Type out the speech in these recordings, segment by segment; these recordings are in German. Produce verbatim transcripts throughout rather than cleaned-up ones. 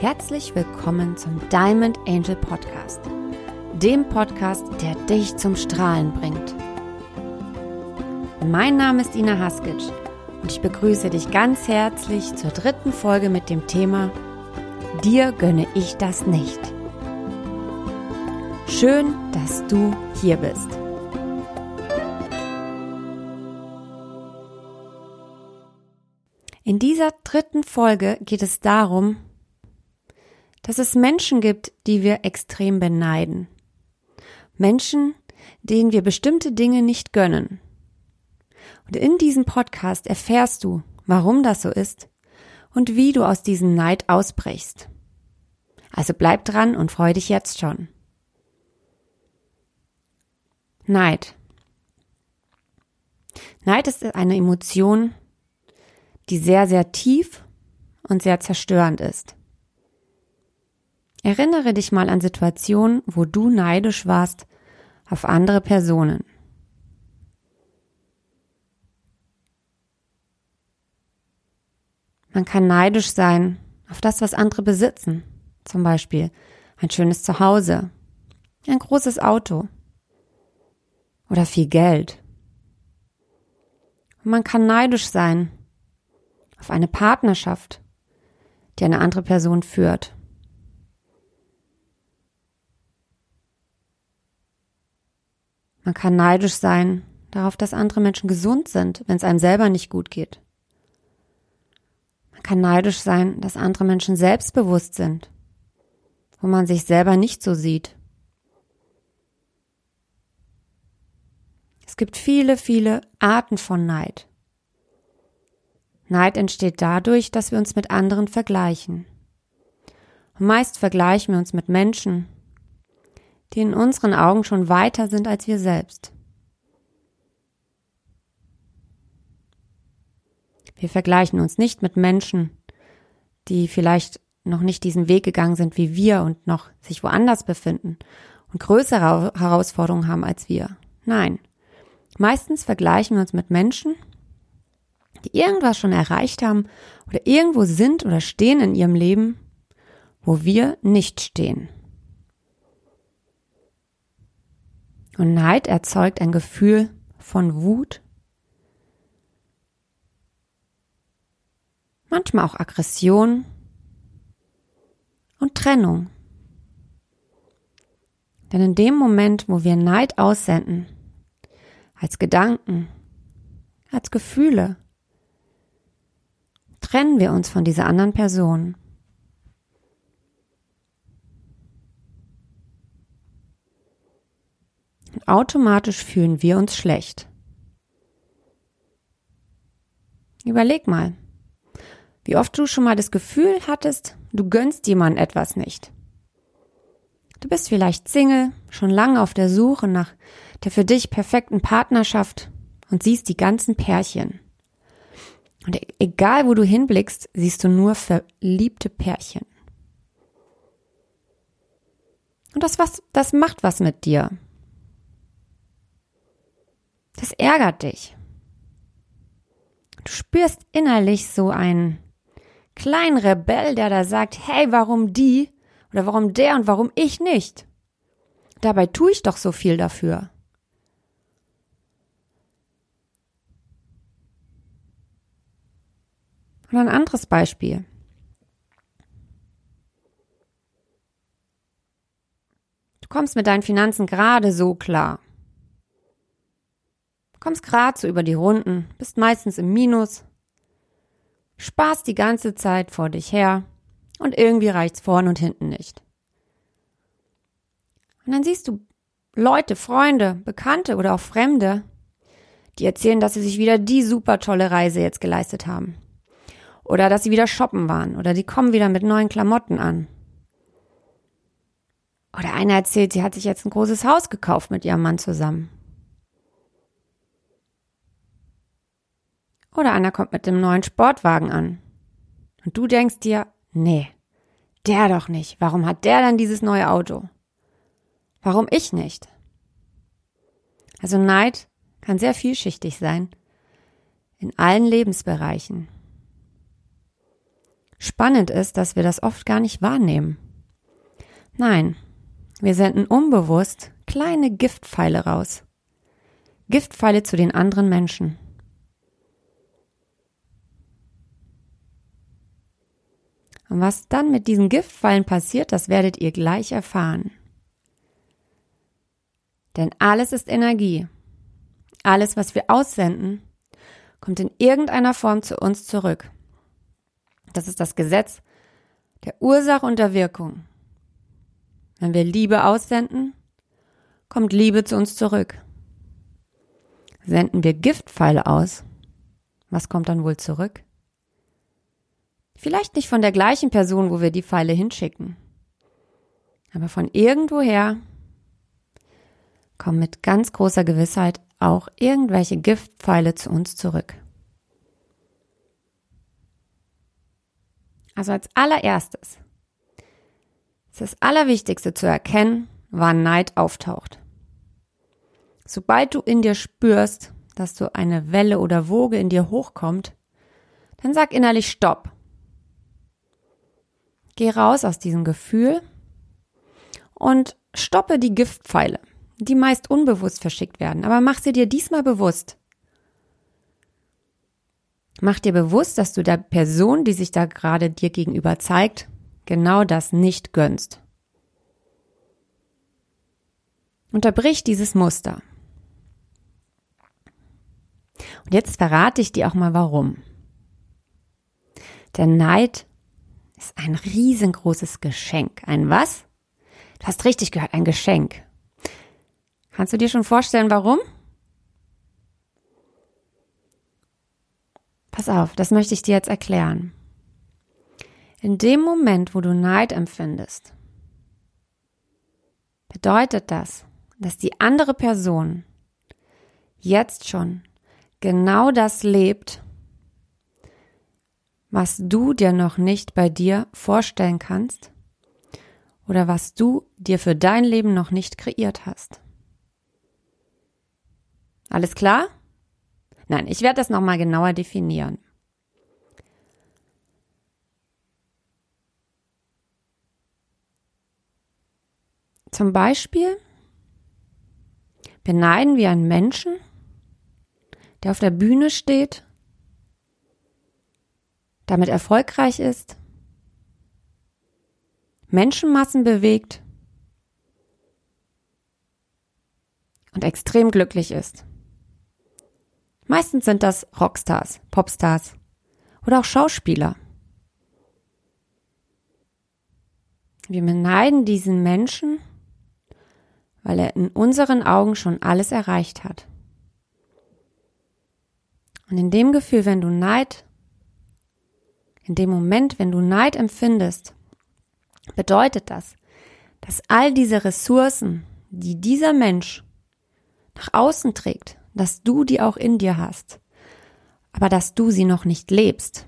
Herzlich willkommen zum Diamond Angel Podcast, dem Podcast, der dich zum Strahlen bringt. Mein Name ist Ina Haskic und ich begrüße dich ganz herzlich zur dritten Folge mit dem Thema Dir gönne ich das nicht. Schön, dass du hier bist. In dieser dritten Folge geht es darum, dass es Menschen gibt, die wir extrem beneiden. Menschen, denen wir bestimmte Dinge nicht gönnen. Und in diesem Podcast erfährst du, warum das so ist und wie du aus diesem Neid ausbrichst. Also bleib dran und freu dich jetzt schon. Neid. Neid ist eine Emotion, die sehr, sehr tief und sehr zerstörend ist. Erinnere dich mal an Situationen, wo du neidisch warst auf andere Personen. Man kann neidisch sein auf das, was andere besitzen. Zum Beispiel ein schönes Zuhause, ein großes Auto oder viel Geld. Und man kann neidisch sein auf eine Partnerschaft, die eine andere Person führt. Man kann neidisch sein darauf, dass andere Menschen gesund sind, wenn es einem selber nicht gut geht. Man kann neidisch sein, dass andere Menschen selbstbewusst sind, wo man sich selber nicht so sieht. Es gibt viele, viele Arten von Neid. Neid entsteht dadurch, dass wir uns mit anderen vergleichen. Und meist vergleichen wir uns mit Menschen, die in unseren Augen schon weiter sind als wir selbst. Wir vergleichen uns nicht mit Menschen, die vielleicht noch nicht diesen Weg gegangen sind wie wir und noch sich woanders befinden und größere Herausforderungen haben als wir. Nein, meistens vergleichen wir uns mit Menschen, die irgendwas schon erreicht haben oder irgendwo sind oder stehen in ihrem Leben, wo wir nicht stehen. Und Neid erzeugt ein Gefühl von Wut, manchmal auch Aggression und Trennung. Denn in dem Moment, wo wir Neid aussenden, als Gedanken, als Gefühle, trennen wir uns von dieser anderen Person. Und automatisch fühlen wir uns schlecht. Überleg mal, wie oft du schon mal das Gefühl hattest, du gönnst jemandem etwas nicht. Du bist vielleicht Single, schon lange auf der Suche nach der für dich perfekten Partnerschaft und siehst die ganzen Pärchen. Und egal, wo du hinblickst, siehst du nur verliebte Pärchen. Und das, was, das macht was mit dir. Das ärgert dich. Du spürst innerlich so einen kleinen Rebell, der da sagt, hey, warum die oder warum der und warum ich nicht? Dabei tue ich doch so viel dafür. Und ein anderes Beispiel. Du kommst mit deinen Finanzen gerade so klar. Du kommst gerade so über die Runden, bist meistens im Minus, sparst die ganze Zeit vor dich her und irgendwie reicht's vorn und hinten nicht. Und dann siehst du Leute, Freunde, Bekannte oder auch Fremde, die erzählen, dass sie sich wieder die super tolle Reise jetzt geleistet haben. Oder dass sie wieder shoppen waren. Oder die kommen wieder mit neuen Klamotten an. Oder einer erzählt, sie hat sich jetzt ein großes Haus gekauft mit ihrem Mann zusammen. Oder einer kommt mit dem neuen Sportwagen an. Und du denkst dir, nee, der doch nicht. Warum hat der dann dieses neue Auto? Warum ich nicht? Also Neid kann sehr vielschichtig sein. In allen Lebensbereichen. Spannend ist, dass wir das oft gar nicht wahrnehmen. Nein, wir senden unbewusst kleine Giftpfeile raus. Giftpfeile zu den anderen Menschen. Und was dann mit diesen Giftpfeilen passiert, das werdet ihr gleich erfahren. Denn alles ist Energie. Alles, was wir aussenden, kommt in irgendeiner Form zu uns zurück. Das ist das Gesetz der Ursache und der Wirkung. Wenn wir Liebe aussenden, kommt Liebe zu uns zurück. Senden wir Giftpfeile aus, was kommt dann wohl zurück? Vielleicht nicht von der gleichen Person, wo wir die Pfeile hinschicken, aber von irgendwoher kommen mit ganz großer Gewissheit auch irgendwelche Giftpfeile zu uns zurück. Also als allererstes ist das Allerwichtigste zu erkennen, wann Neid auftaucht. Sobald du in dir spürst, dass so eine Welle oder Woge in dir hochkommt, dann sag innerlich Stopp. Geh raus aus diesem Gefühl und stoppe die Giftpfeile, die meist unbewusst verschickt werden. Aber mach sie dir diesmal bewusst. Mach dir bewusst, dass du der Person, die sich da gerade dir gegenüber zeigt, genau das nicht gönnst. Unterbrich dieses Muster. Und jetzt verrate ich dir auch mal warum. Der Neid ist ein riesengroßes Geschenk. Ein was? Du hast richtig gehört, ein Geschenk. Kannst du dir schon vorstellen, warum? Pass auf, das möchte ich dir jetzt erklären. In dem Moment, wo du Neid empfindest, bedeutet das, dass die andere Person jetzt schon genau das lebt, was du dir noch nicht bei dir vorstellen kannst oder was du dir für dein Leben noch nicht kreiert hast. Alles klar? Nein, ich werde das nochmal genauer definieren. Zum Beispiel beneiden wir einen Menschen, der auf der Bühne steht, damit erfolgreich ist, Menschenmassen bewegt und extrem glücklich ist. Meistens sind das Rockstars, Popstars oder auch Schauspieler. Wir beneiden diesen Menschen, weil er in unseren Augen schon alles erreicht hat. Und in dem Gefühl, wenn du Neid, in dem Moment, wenn du Neid empfindest, bedeutet das, dass all diese Ressourcen, die dieser Mensch nach außen trägt, dass du die auch in dir hast, aber dass du sie noch nicht lebst.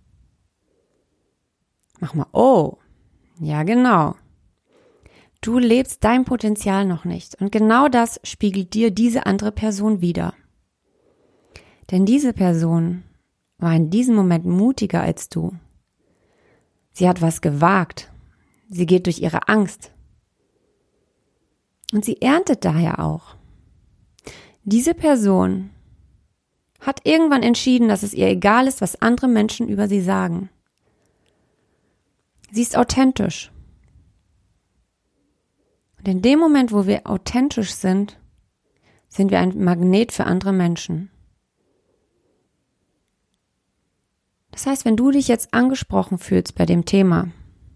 Mach mal, oh, ja genau. Du lebst dein Potenzial noch nicht und genau das spiegelt dir diese andere Person wider. Denn diese Person war in diesem Moment mutiger als du. Sie hat was gewagt. Sie geht durch ihre Angst. Und sie erntet daher auch. Diese Person hat irgendwann entschieden, dass es ihr egal ist, was andere Menschen über sie sagen. Sie ist authentisch. Und in dem Moment, wo wir authentisch sind, sind wir ein Magnet für andere Menschen. Das heißt, wenn du dich jetzt angesprochen fühlst bei dem Thema,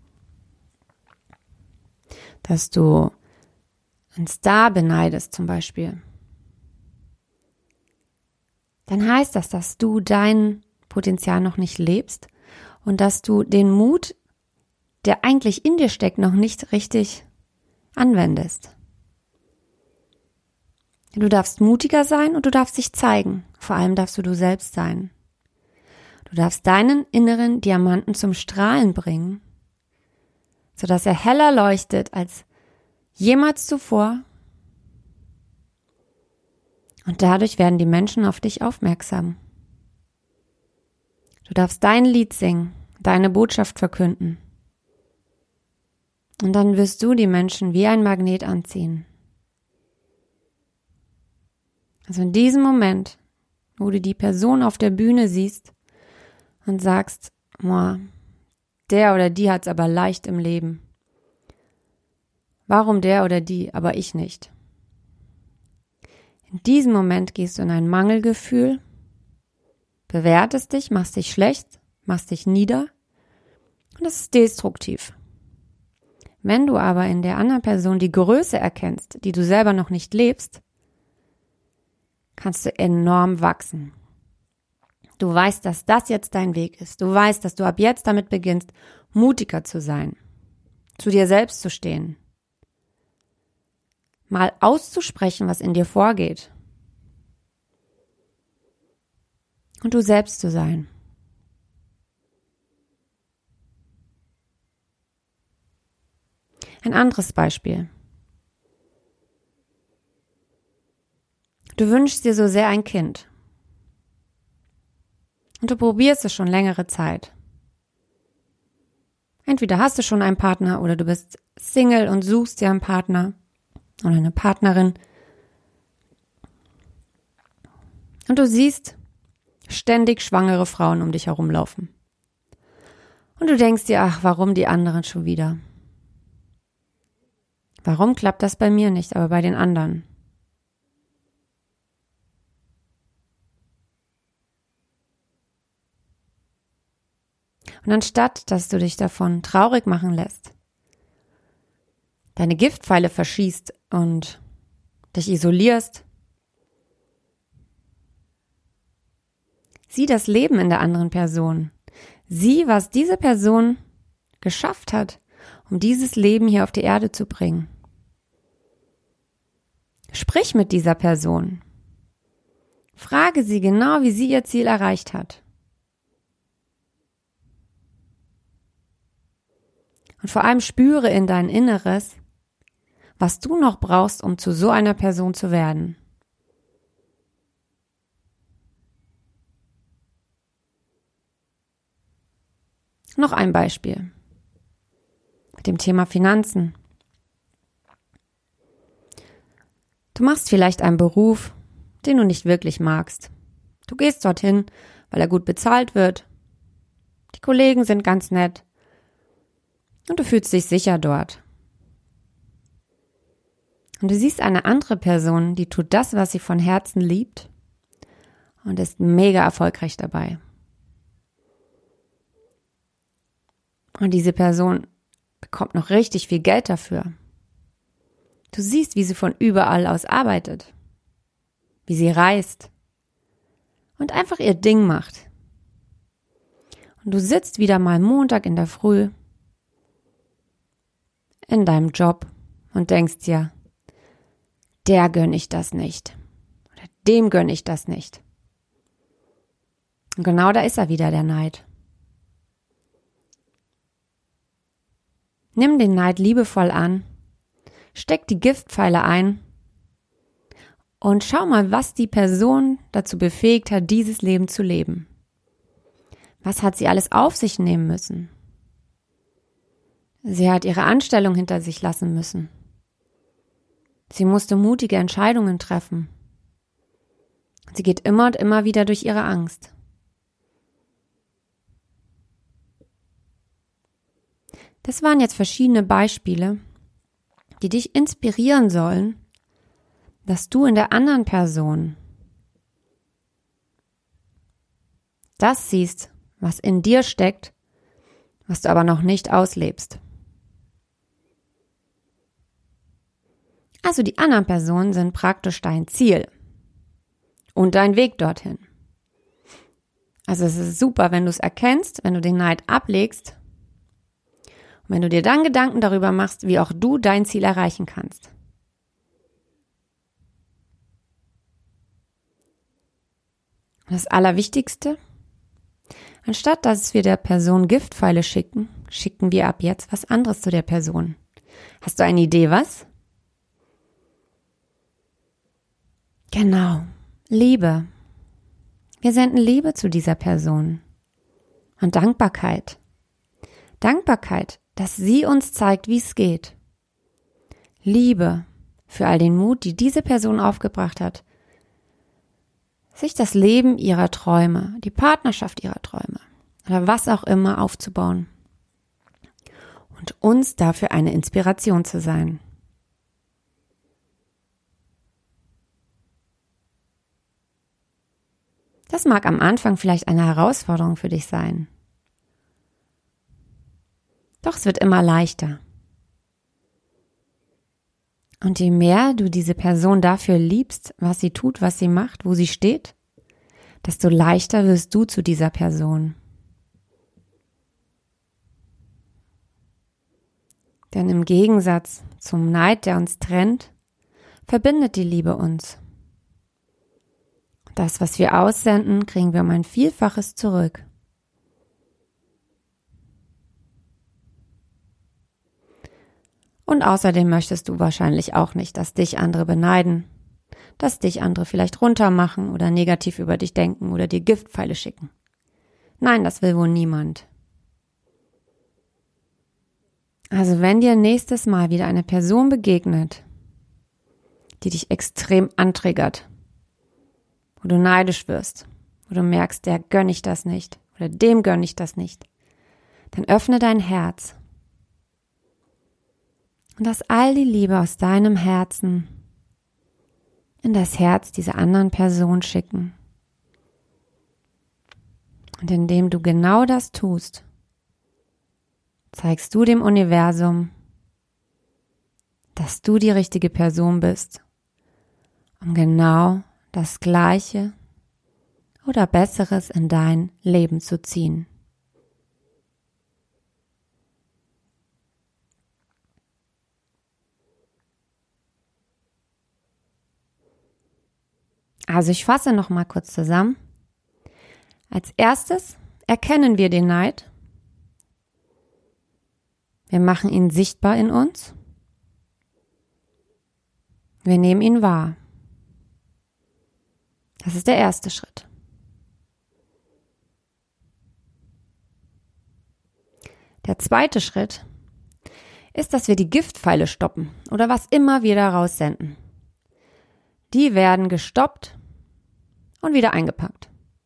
dass du einen Star beneidest zum Beispiel, dann heißt das, dass du dein Potenzial noch nicht lebst und dass du den Mut, der eigentlich in dir steckt, noch nicht richtig anwendest. Du darfst mutiger sein und du darfst dich zeigen. Vor allem darfst du du selbst sein. Du darfst deinen inneren Diamanten zum Strahlen bringen, sodass er heller leuchtet als jemals zuvor. Und dadurch werden die Menschen auf dich aufmerksam. Du darfst dein Lied singen, deine Botschaft verkünden. Und dann wirst du die Menschen wie ein Magnet anziehen. Also in diesem Moment, wo du die Person auf der Bühne siehst und sagst, boah, der oder die hat's aber leicht im Leben. Warum der oder die, aber ich nicht? In diesem Moment gehst du in ein Mangelgefühl, bewertest dich, machst dich schlecht, machst dich nieder und das ist destruktiv. Wenn du aber in der anderen Person die Größe erkennst, die du selber noch nicht lebst, kannst du enorm wachsen. Du weißt, dass das jetzt dein Weg ist. Du weißt, dass du ab jetzt damit beginnst, mutiger zu sein, zu dir selbst zu stehen, mal auszusprechen, was in dir vorgeht und du selbst zu sein. Ein anderes Beispiel. Du wünschst dir so sehr ein Kind. Und du probierst es schon längere Zeit. Entweder hast du schon einen Partner oder du bist Single und suchst dir einen Partner oder eine Partnerin. Und du siehst ständig schwangere Frauen um dich herumlaufen. Und du denkst dir, ach, warum die anderen schon wieder? Warum klappt das bei mir nicht, aber bei den anderen? Und anstatt, dass du dich davon traurig machen lässt, deine Giftpfeile verschießt und dich isolierst, sieh das Leben in der anderen Person. Sieh, was diese Person geschafft hat, um dieses Leben hier auf die Erde zu bringen. Sprich mit dieser Person. Frage sie genau, wie sie ihr Ziel erreicht hat. Und vor allem spüre in dein Inneres, was du noch brauchst, um zu so einer Person zu werden. Noch ein Beispiel mit dem Thema Finanzen. Du machst vielleicht einen Beruf, den du nicht wirklich magst. Du gehst dorthin, weil er gut bezahlt wird. Die Kollegen sind ganz nett. Und du fühlst dich sicher dort. Und du siehst eine andere Person, die tut das, was sie von Herzen liebt und ist mega erfolgreich dabei. Und diese Person bekommt noch richtig viel Geld dafür. Du siehst, wie sie von überall aus arbeitet, wie sie reist und einfach ihr Ding macht. Und du sitzt wieder mal Montag in der Früh in deinem Job und denkst dir, der gönne ich das nicht oder dem gönne ich das nicht. Und genau da ist er wieder, der Neid. Nimm den Neid liebevoll an, steck die Giftpfeile ein und schau mal, was die Person dazu befähigt hat, dieses Leben zu leben. Was hat sie alles auf sich nehmen müssen? Sie hat ihre Anstellung hinter sich lassen müssen. Sie musste mutige Entscheidungen treffen. Sie geht immer und immer wieder durch ihre Angst. Das waren jetzt verschiedene Beispiele, die dich inspirieren sollen, dass du in der anderen Person das siehst, was in dir steckt, was du aber noch nicht auslebst. Also die anderen Personen sind praktisch dein Ziel und dein Weg dorthin. Also es ist super, wenn du es erkennst, wenn du den Neid ablegst und wenn du dir dann Gedanken darüber machst, wie auch du dein Ziel erreichen kannst. Das Allerwichtigste, anstatt dass wir der Person Giftpfeile schicken, schicken wir ab jetzt was anderes zu der Person. Hast du eine Idee, was? Genau, Liebe. Wir senden Liebe zu dieser Person und Dankbarkeit Dankbarkeit, dass sie uns zeigt, wie es geht. Liebe für all den Mut, die diese Person aufgebracht hat, sich das Leben ihrer Träume, die Partnerschaft ihrer Träume oder was auch immer aufzubauen und uns dafür eine Inspiration zu sein. Das mag am Anfang vielleicht eine Herausforderung für dich sein. Doch es wird immer leichter. Und je mehr du diese Person dafür liebst, was sie tut, was sie macht, wo sie steht, desto leichter wirst du zu dieser Person. Denn im Gegensatz zum Neid, der uns trennt, verbindet die Liebe uns. Das, was wir aussenden, kriegen wir um ein Vielfaches zurück. Und außerdem möchtest du wahrscheinlich auch nicht, dass dich andere beneiden, dass dich andere vielleicht runtermachen oder negativ über dich denken oder dir Giftpfeile schicken. Nein, das will wohl niemand. Also wenn dir nächstes Mal wieder eine Person begegnet, die dich extrem antriggert, wo du neidisch wirst, wo du merkst, der gönn ich das nicht oder dem gönn ich das nicht, dann öffne dein Herz und lass all die Liebe aus deinem Herzen in das Herz dieser anderen Person schicken. Und indem du genau das tust, zeigst du dem Universum, dass du die richtige Person bist, um genau das Gleiche oder Besseres in dein Leben zu ziehen. Also ich fasse noch mal kurz zusammen. Als erstes erkennen wir den Neid. Wir machen ihn sichtbar in uns. Wir nehmen ihn wahr. Das ist der erste Schritt. Der zweite Schritt ist, dass wir die Giftpfeile stoppen oder was immer wir da raussenden. Die werden gestoppt und wieder eingepackt.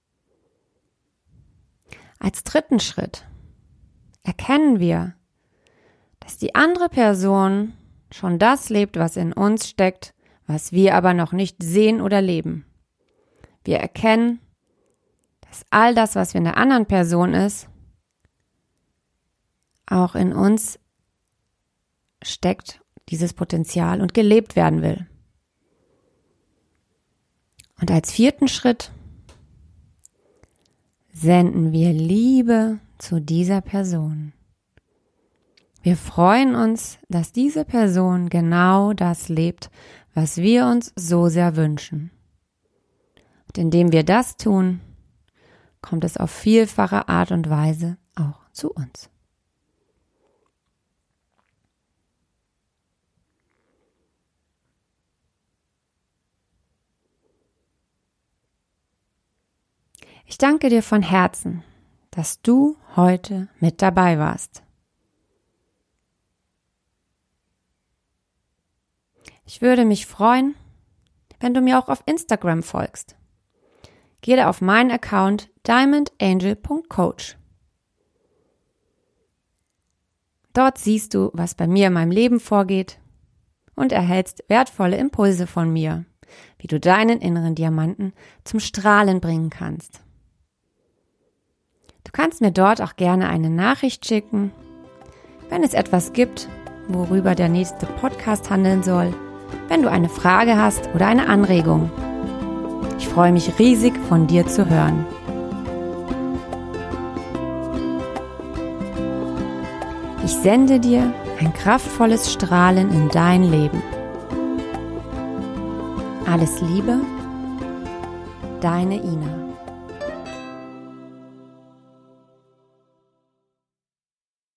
Als dritten Schritt erkennen wir, dass die andere Person schon das lebt, was in uns steckt, was wir aber noch nicht sehen oder leben. Wir erkennen, dass all das, was wir in der anderen Person ist, auch in uns steckt, dieses Potenzial und gelebt werden will. Und als vierten Schritt senden wir Liebe zu dieser Person. Wir freuen uns, dass diese Person genau das lebt, was wir uns so sehr wünschen. Und indem wir das tun, kommt es auf vielfache Art und Weise auch zu uns. Ich danke dir von Herzen, dass du heute mit dabei warst. Ich würde mich freuen, wenn du mir auch auf Instagram folgst. Gehe auf meinen Account diamond angel punkt coach. Dort siehst du, was bei mir in meinem Leben vorgeht und erhältst wertvolle Impulse von mir, wie du deinen inneren Diamanten zum Strahlen bringen kannst. Du kannst mir dort auch gerne eine Nachricht schicken, wenn es etwas gibt, worüber der nächste Podcast handeln soll, wenn du eine Frage hast oder eine Anregung. Ich freue mich riesig, von dir zu hören. Ich sende dir ein kraftvolles Strahlen in dein Leben. Alles Liebe, deine Ina.